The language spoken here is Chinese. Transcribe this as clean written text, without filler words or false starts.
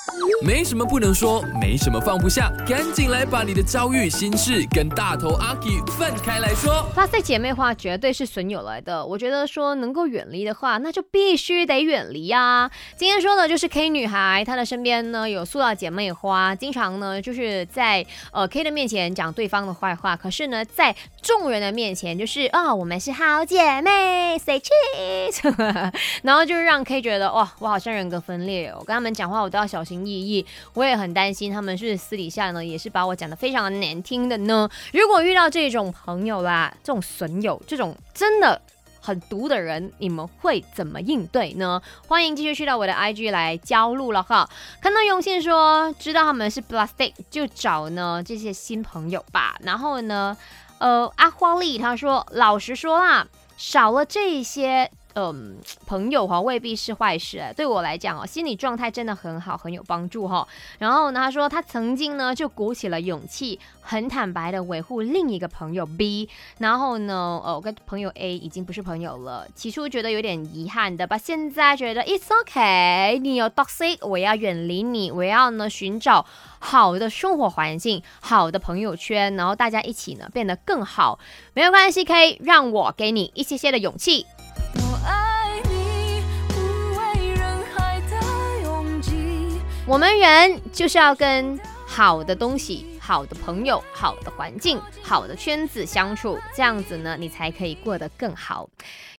没什么不能说，没什么放不下，赶紧来把你的遭遇、心事跟大头阿 Q 分开来说。 哇塞，姐妹花绝对是损友来的。我觉得说能够远离的话，那就必须得远离啊。今天说的就是 K 女孩，她的身边呢有塑料姐妹花，经常呢就是在K 的面前讲对方的坏话，可是呢在众人的面前就是我们是好姐妹 ，say cheese， 然后就是让 K 觉得哇，我好像人格分裂哦。我跟他们讲话我都要小心翼翼，我也很担心他们是私底下呢也是把我讲得非常的难听的呢。如果遇到这种朋友啦，这种损友，这种真的很毒的人，你们会怎么应对呢？欢迎继续去到我的 IG 来交流了哈。看到永信说知道他们是 plastic 就找呢这些新朋友吧。然后呢阿花丽他说老实说啦，少了这些朋友未必是坏事，对我来讲心理状态真的很好，很有帮助然后呢，他说他曾经呢就鼓起了勇气，很坦白的维护另一个朋友 B， 然后呢，我跟朋友 A 已经不是朋友了。起初觉得有点遗憾的吧，现在觉得 it's okay， 你有 toxic， 我要远离你，我要呢寻找好的生活环境，好的朋友圈，然后大家一起呢变得更好。没有关系，可以让我给你一些些的勇气。我们人就是要跟好的东西、好的朋友、好的环境、好的圈子相处，这样子呢，你才可以过得更好。